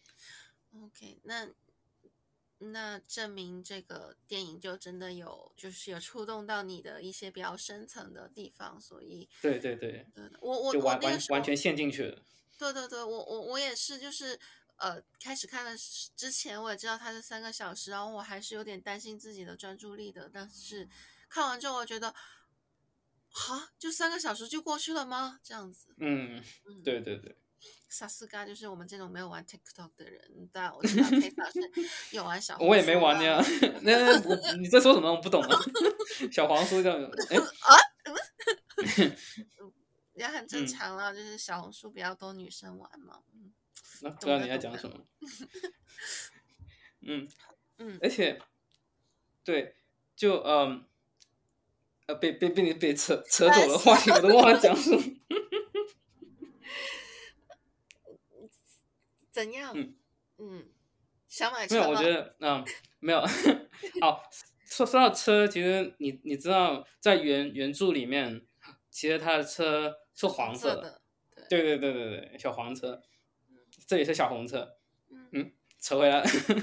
，OK，那那证明这个电影就真的有，就是有触动到你的一些比较深层的地方，所以， 对对对， 对，我我我就完那个时候， 完完全陷进去了。 对对对，我我我也是，就是呃，开始看的时之前我也知道它是三个小时，然后我还是有点担心自己的专注力的，但是看完之后我觉得，哈，就三个小时就过去了吗？这样子， 嗯， 嗯。 对对对。 萨斯嘎就是我们这种没有玩 TikTok 的人，当然我知道 K 嫂是有玩小我也没红书啦， 玩呀，那我你在说什么？我不懂啊。小黄书这样，哎， 也很正嗯， 常啦，就是小红书比较多女生玩嘛，嗯， 那不知道你在懂的懂的， 讲什么。嗯， 嗯， 而且对，就嗯呃被被被你被扯扯走了没关系， 话题，我都忘了讲什么。 怎样？ 嗯， 嗯，想买没有，我车吗？ 觉得嗯没有。好，说说到车，其实你你知道在原原著里面，其实他的车是是黄黄色的。 色的，对， 对对对对对，小黄车，这也是小红车。 嗯嗯。 扯回来。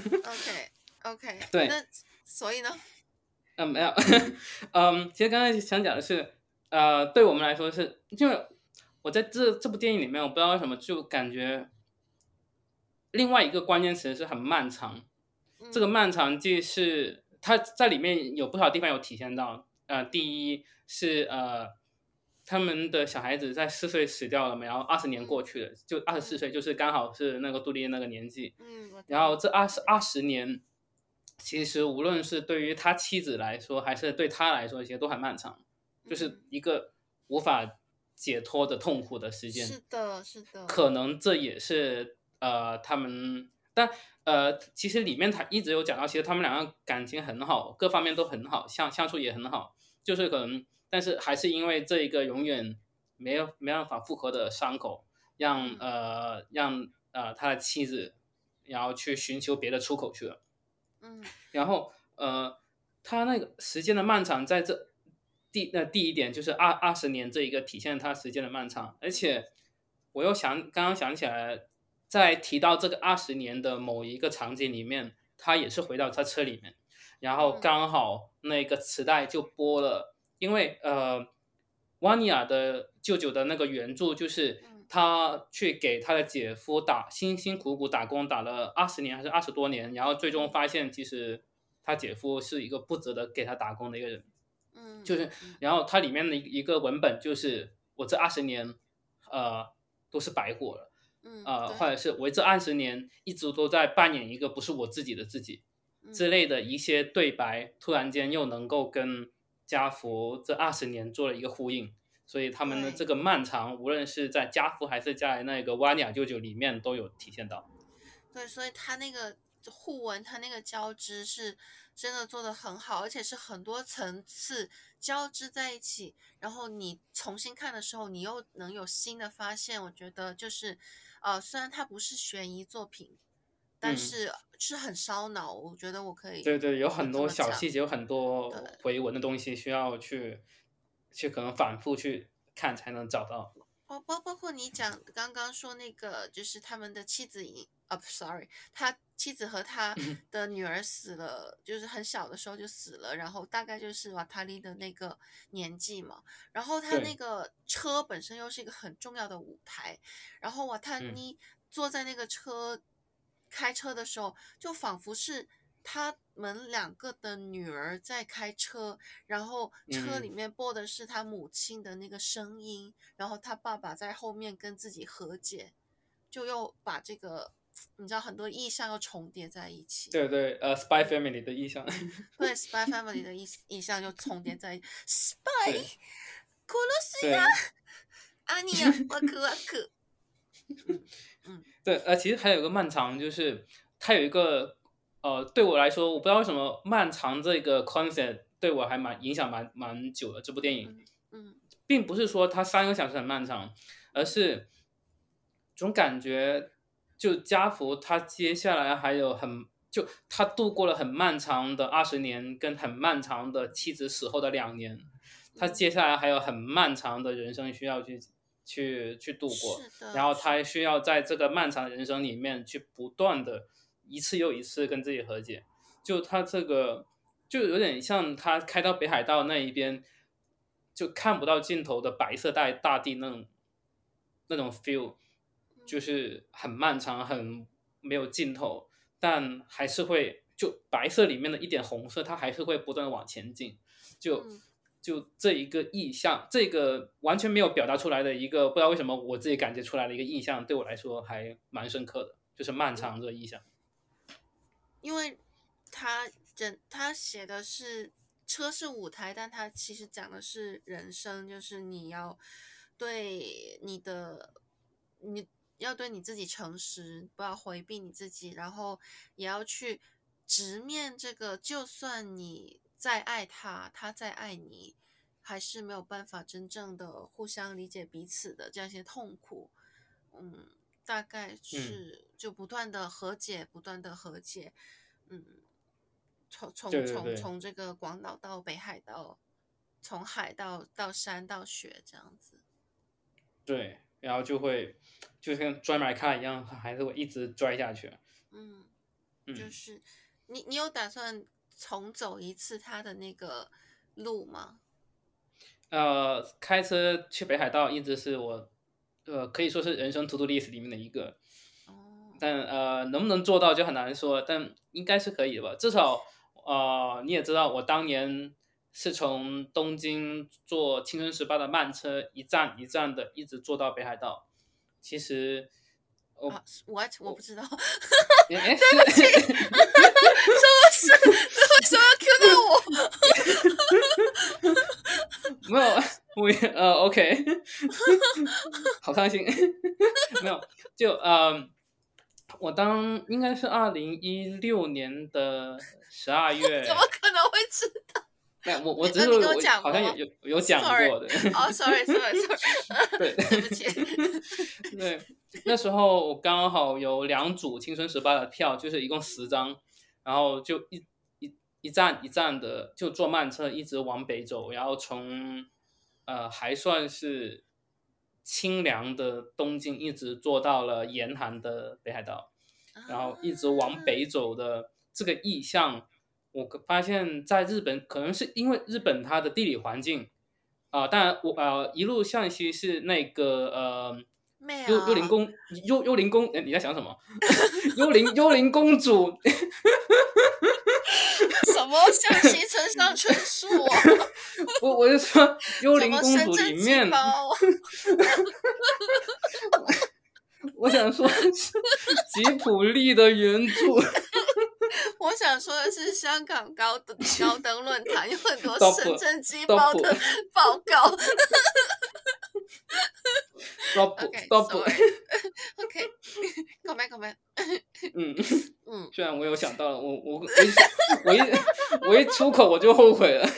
OK OK， 对， 那所以呢？ 嗯，没有，嗯，其实刚才想讲的是，呃，对我们来说是，因为我在这这部电影里面，我不知道为什么就感觉另外一个关键词是很漫长。这个嗯漫长既是它在里面有不少地方有体现到，呃，第一是呃，他们的小孩子在四岁死掉了嘛，然后二十年过嗯去了，就二十四嗯岁，就是刚好是那个杜丽那个年纪。 嗯，我然后懂。 这二十二十年，其实无论是对于他妻子来说，还是对他来说，其实都很漫长，就是嗯， 一个无法解脱的痛苦的时间。 是的，是的。 可能这也是呃他们，但呃其实里面他一直有讲到，其实他们两个感情很好，各方面都很好，相相处也很好，就是可能，但是还是因为这一个永远没有没办法复合的伤口，让嗯呃让呃他的妻子，然后去寻求别的出口去了。 嗯然后呃，他那个时间的漫长，在这第那第一点就是二二十年这一个体现他时间的漫长，而且我又想刚刚想起来，在提到这个二十年的某一个场景里面，他也是回到他车里面，然后嗯刚好那个磁带就播了，因为呃，瓦尼亚的舅舅的那个原著就是嗯他去给他的姐夫打辛辛苦苦打工，打了二十年还是二十多年，然后最终嗯发现其实他姐夫是一个不值得给他打工的一个人， 嗯就是， 嗯然后它里面的一个文本就是我这二十年，呃，都是白活了， 嗯， 呃，或者对。 是我这二十年一直都在扮演一个不是我自己的自己之嗯类的一些对白，突然间又能够跟家福这二十年做了一个呼应，所以他们的这对。 个漫长，无论是在家福还是在那个瓦尼亚舅舅里面都有体现到。 对，所以他那个互文，他那个交织是真的做得很好，而且是很多层次交织在一起。然后你重新看的时候，你又能有新的发现。我觉得就是，呃，虽然它不是悬疑作品，但嗯， 是是很烧脑。我觉得我可以对对，有就很多这么讲。 小细节，有很对。 多回文的东西需要去去可能反复去看才能找到。 包包包括你讲刚刚说那个，就是他们的妻子已啊不，sorry，他妻子和他的女儿死了，就是很小的时候就死了，然后大概就是瓦塔利的那个年纪嘛。然后他那对， 个车本身又是一个很重要的舞台，然后瓦塔嗯尼坐在那个车开车的时候，就仿佛是他们两个的女儿在开车，然后车里嗯， 面播的是他母亲的那个声音，然后他爸爸在后面跟自己和解，就又把这个你知道很多意象又重叠在一起。 对对，呃，Spy 嗯， Family 的意象， 对，Spy Family 的意意象就重叠在一起，Spy， 对苦鲁西对亚，阿尼亚，瓦克瓦克。嗯嗯对，呃，其实还有一个漫长，就是它有一个呃，对我来说，我不知道为什么漫长这个 concept 对我还蛮影响蛮蛮久的。这部电影， 嗯嗯并不是说它三个小时很漫长，而嗯是总感觉就家福他接下来还有很就他度过了很漫长的二十年，跟很漫长的妻子死后的两年，他嗯， 接下来还有很漫长的人生需要去去去度过， 是的， 然后他还是的。 需要在这个漫长的人生里面去不断的一次又一次跟自己和解，就他这个就有点像他开到北海道那一边，就看不到尽头的白色大大地那种那种 feel，就嗯是很漫长，很没有尽头，但还是会就白色里面的一点红色，它还是会不断的往前进，就嗯。 就这一个意象，这个完全没有表达出来的一个，不知道为什么我自己感觉出来的一个意象，对我来说还蛮深刻的，就是漫长这个意象。 因为他整他写的是车是舞台，但他其实讲的是人生，就是你要对你的你要对你自己诚实，不要回避你自己，然后也要去直面这个，就算你再爱他，他再爱你，还是没有办法真正的互相理解彼此的这样一些痛苦。嗯，大概嗯， 是就不断的和解，不断的和解。嗯，从从对对对从从这个广岛到北海道，从海到到山到雪这样子。 对，然后就会就像拽买卡一样，还是会一直拽下去。 嗯嗯。 就是你你有打算重走一次它的那个路吗？ 呃，开车去北海道一直是我，呃，可以说是人生 to do list 里面的一个， 哦， 但呃，能不能做到就很难说，但应该是可以的吧。至少，呃，你也知道，我当年是从东京坐青春十八的慢车，一站一站的一直坐到北海道。其实， 啊我 ，what 我不我知道， 哎哎是对不起，什么事？这为什么要 Q 到我？ 没有，我也呃 OK，好伤心，没有，就呃，我当应该是二零一六年的十二怎么月， 可能会知道？ 没有，我我只那你跟我是我讲过吗好像有有有讲 ？Sorry， 过的， 哦，sorry，sorry，sorry， 对对不起。 对，那时候我刚好有两组青春十八的票，就是一共十张，然后就一一一站一站的就坐慢车一直往北走，然后从呃还算是清凉的东京一直坐到了严寒的北海道，然后一直啊， 往北走的这个意象，我发现在日本可能是因为日本它的地理环境。啊、当然我呃一路向西是那个呃妹幽幽灵啊， 公幽幽灵公，呃你在想什么？幽灵幽灵公主， 什么像西村上春树哦？ 我我就说幽什么灵公主里深圳鸡面， 包？ 我想说是吉普力的原著我想说的是，香港高登高登论坛有很多 ，stop 深圳鸡 stop 包的报告。 stop stop， OK，OK，come back，come back。 嗯， 嗯， 虽然我有想到了，我我我一我一我一出口我就后悔了，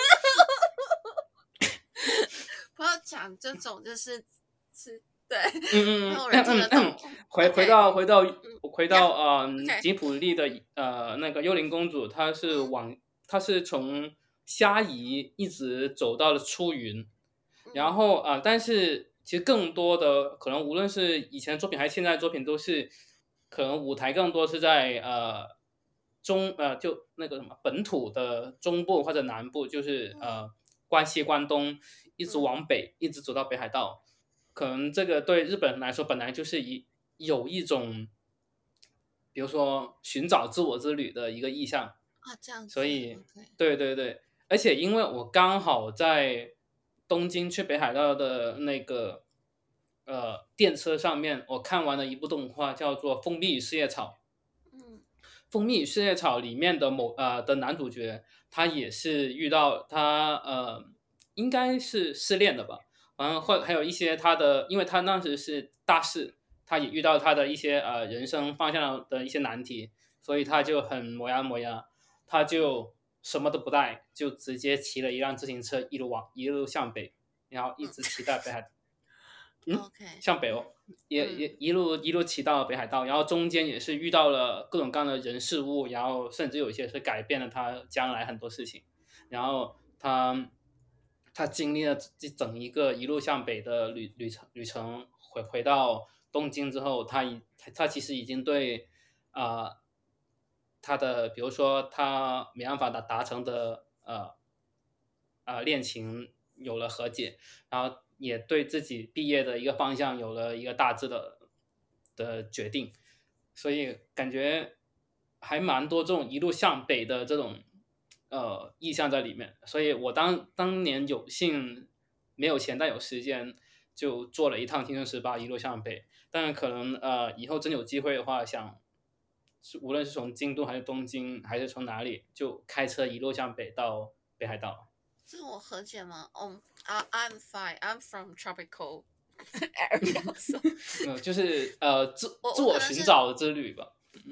不要讲这种，就是是，对， 嗯嗯没有人听嗯嗯， 得懂。 回回 OK， 到回到嗯回呀到呃 ，OK， 吉普力的呃那个幽灵公主，她是嗯往她是从虾夷一直走到了出云，然嗯后啊、呃但是其实更多的可能无论是以前的作品还是现在的作品，都是可能舞台更多是在呃中呃就那个什么本土的中部或者南部，就是嗯呃关西关东一直嗯往北，一直走到北海道。可能这个对日本人来说本来就是一有一种，比如说寻找自我之旅的一个意向， 啊，这样子所以 ，OK， 对对对，而且因为我刚好在东京去北海道的那个呃电车上面，我看完了一部动画，叫做《蜂蜜与四叶草》。 嗯 《蜂蜜与四叶草》里面的某呃的男主角，他也是遇到他呃应该是失恋的吧，然后或嗯还有一些他的，因为他当时是大四，他也遇到他的一些呃人生方向的一些难题，所以他嗯就很磨牙磨牙，他嗯就什么都不带，就直接骑了一辆自行车一路往一路向北，然后一嗯直骑到北海，嗯， ，OK， 向北哦。 嗯也也嗯一路一路骑到了北海道，然后中间也是遇到了各种各样的人事物，然后甚至有一些是改变了他将来很多事情，然后他他经历了这整一个一路向北的旅旅程旅程，回回到东京之后，他已他他其实已经对啊、呃他的比如说他没办法达达成的呃呃恋情有了和解，然后也对自己毕业的一个方向有了一个大致的的决定，所以感觉还蛮多这种一路向北的这种呃意象在里面。所以我当当年有幸没有钱但有时间，就做了一趟青春十八一路向北。但可能呃以后真有机会的话，想是无论是从京都还是东京，还是从哪里，就开车一路向北到北海道。 自我和解吗？哦、啊 I'm fine. I'm from tropical area. So 嗯，就是呃自我自我我可能是， 寻找之旅吧。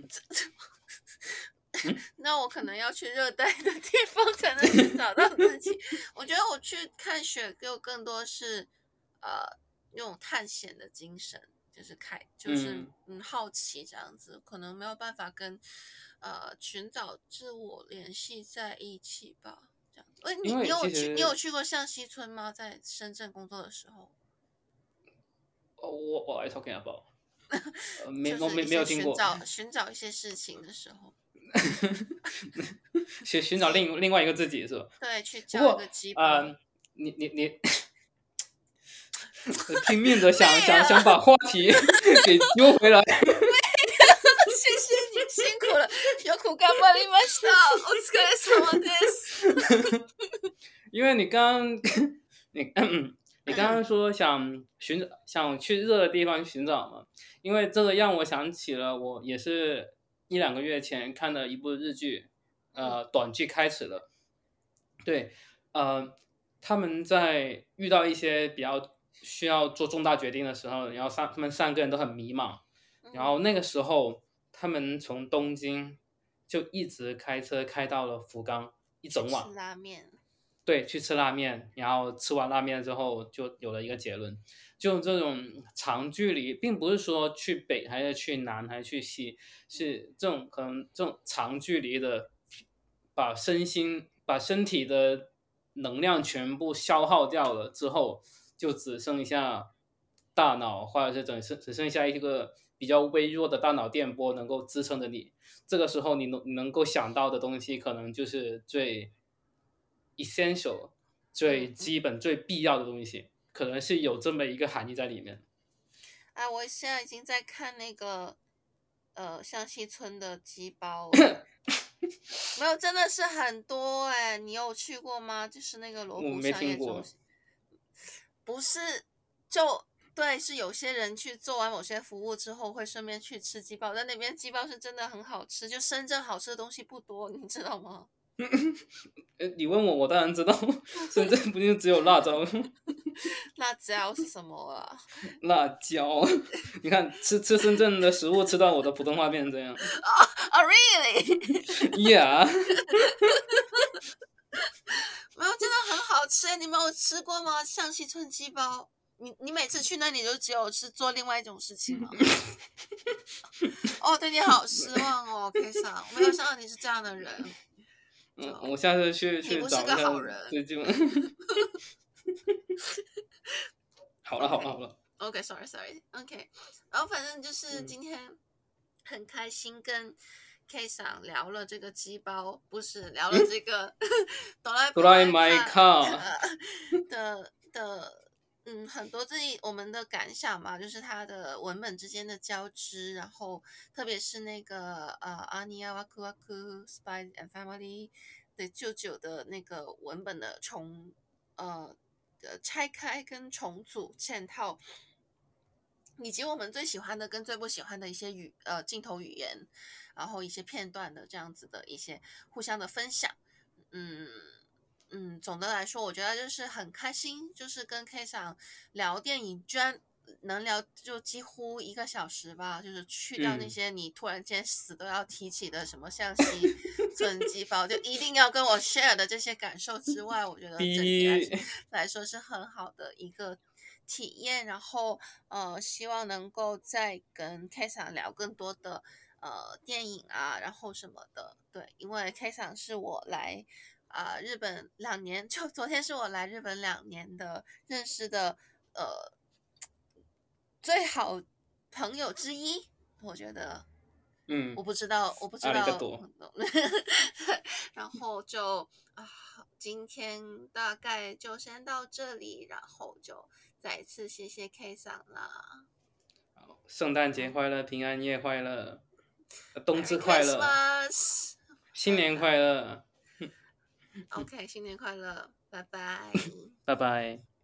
嗯那我可能要去热带的地方才能去找到自己。我觉得我去看雪，给我更多是呃那种探险的精神，就是开就是嗯， 嗯好奇这样子，可能没有办法跟呃寻找自我联系在一起吧。这样，哎，你因为其你有去你有实去过向西村吗？在深圳工作的时候？ 哦，what what are you talking about？ 呃，没就是没一些寻没有听过。 找寻找一些事情的时候， 寻寻找另另外一个自己是吧？ 对，去叫一不过个鸡包。 呃，你你你拼命的想没有， 想想把话题给揪回来。 谢谢你辛苦了，よく頑張りました。お疲れ様です。 因为你刚你你刚刚嗯说想寻找想去热的地方寻找嘛，因为这个让我想起了我也是一两个月前看的一部日剧，呃，短剧开始了。对，呃，他们在遇到一些比较需要做重大决定的时候，然后三他们三个人都很迷茫，然后嗯， 那个时候他们从东京就一直开车开到了福冈一去吃整晚。 拉面。 对，去吃拉面，然后吃完拉面之后就有了一个结论，就这种长距离，并不是说去北还是去南还是去西，是这种可能这种长距离的，把身心把身体的能量全部消耗掉了之后，就只剩下大脑，或者是只剩只剩下一个比较微弱的大脑电波能够支撑着你。这个时候你能你能够想到的东西，可能就是最 essential 最嗯嗯， 基本最必要的东西，可能是有这么一个含义在里面。 哎，我现在已经在看那个呃向西村的鸡包了。没有，真的是很多哎、你有去过吗？就是那个罗我没湖商听过。 业中心，不是，就对，是有些人去做完某些服务之后，会顺便去吃鸡包，但那边鸡包是真的很好吃，就深圳好吃的东西不多，你知道吗？ 呃，你问我，我当然知道，深圳不就只有辣椒、 辣椒是什么啊？ 辣椒？你看，吃吃深圳的食物，吃到我的普通话变成这样。 啊、really？ Yeah， 没有，真的很好吃，你没有吃过吗？向西村鸡包，你你每次去那里就只有是做另外一种事情吗？哦，对你好失望哦，K 嫂，我没有想到你是这样的人， 嗯， 就我下次去你不是个去找一下好人。 最近。好了好了好 OK 了， OK sorry sorry OK，然后反正就是嗯， 今天很开心跟 K 嫂聊了这个鸡包，不是聊了这个哆啦 A 哆梦啦 A 梦看卡， 的的。嗯，很多自己我们的感想嘛，就是它的文本之间的交织，然后特别是那个呃阿尼亚瓦库瓦库 Spy and Family 的舅舅的那个文本的重呃呃拆开跟重组嵌套，以及我们最喜欢的跟最不喜欢的一些语呃镜头语言，然后一些片段的这样子的一些互相的分享，嗯。嗯，总的来说，我觉得就是很开心，就是跟 K 嫂聊电影，居然能聊就几乎一个小时吧，就是去掉那嗯， 些你突然间死都要提起的什么向西村鸡包，就一定要跟我 share 的这些感受之外，我觉得整体来逼， 来说是很好的一个体验。然后呃，希望能够再跟 K 嫂聊更多的呃电影啊，然后什么的。对，因为 K 嫂是我来。啊、呃日本两年，就昨天是我来日本两年的认识的呃最好朋友之一，我觉得。 嗯， 我不知道，我不知阿里个道， 多， 然后就啊，今天大概就先到这里，然后就再一次谢谢 K 桑啦。 好，圣诞节好快乐，平安夜快乐，呃冬至 ，Merry 快乐， Christmas，拜新年快拜。 乐， OK，新年快乐，拜拜。 拜拜。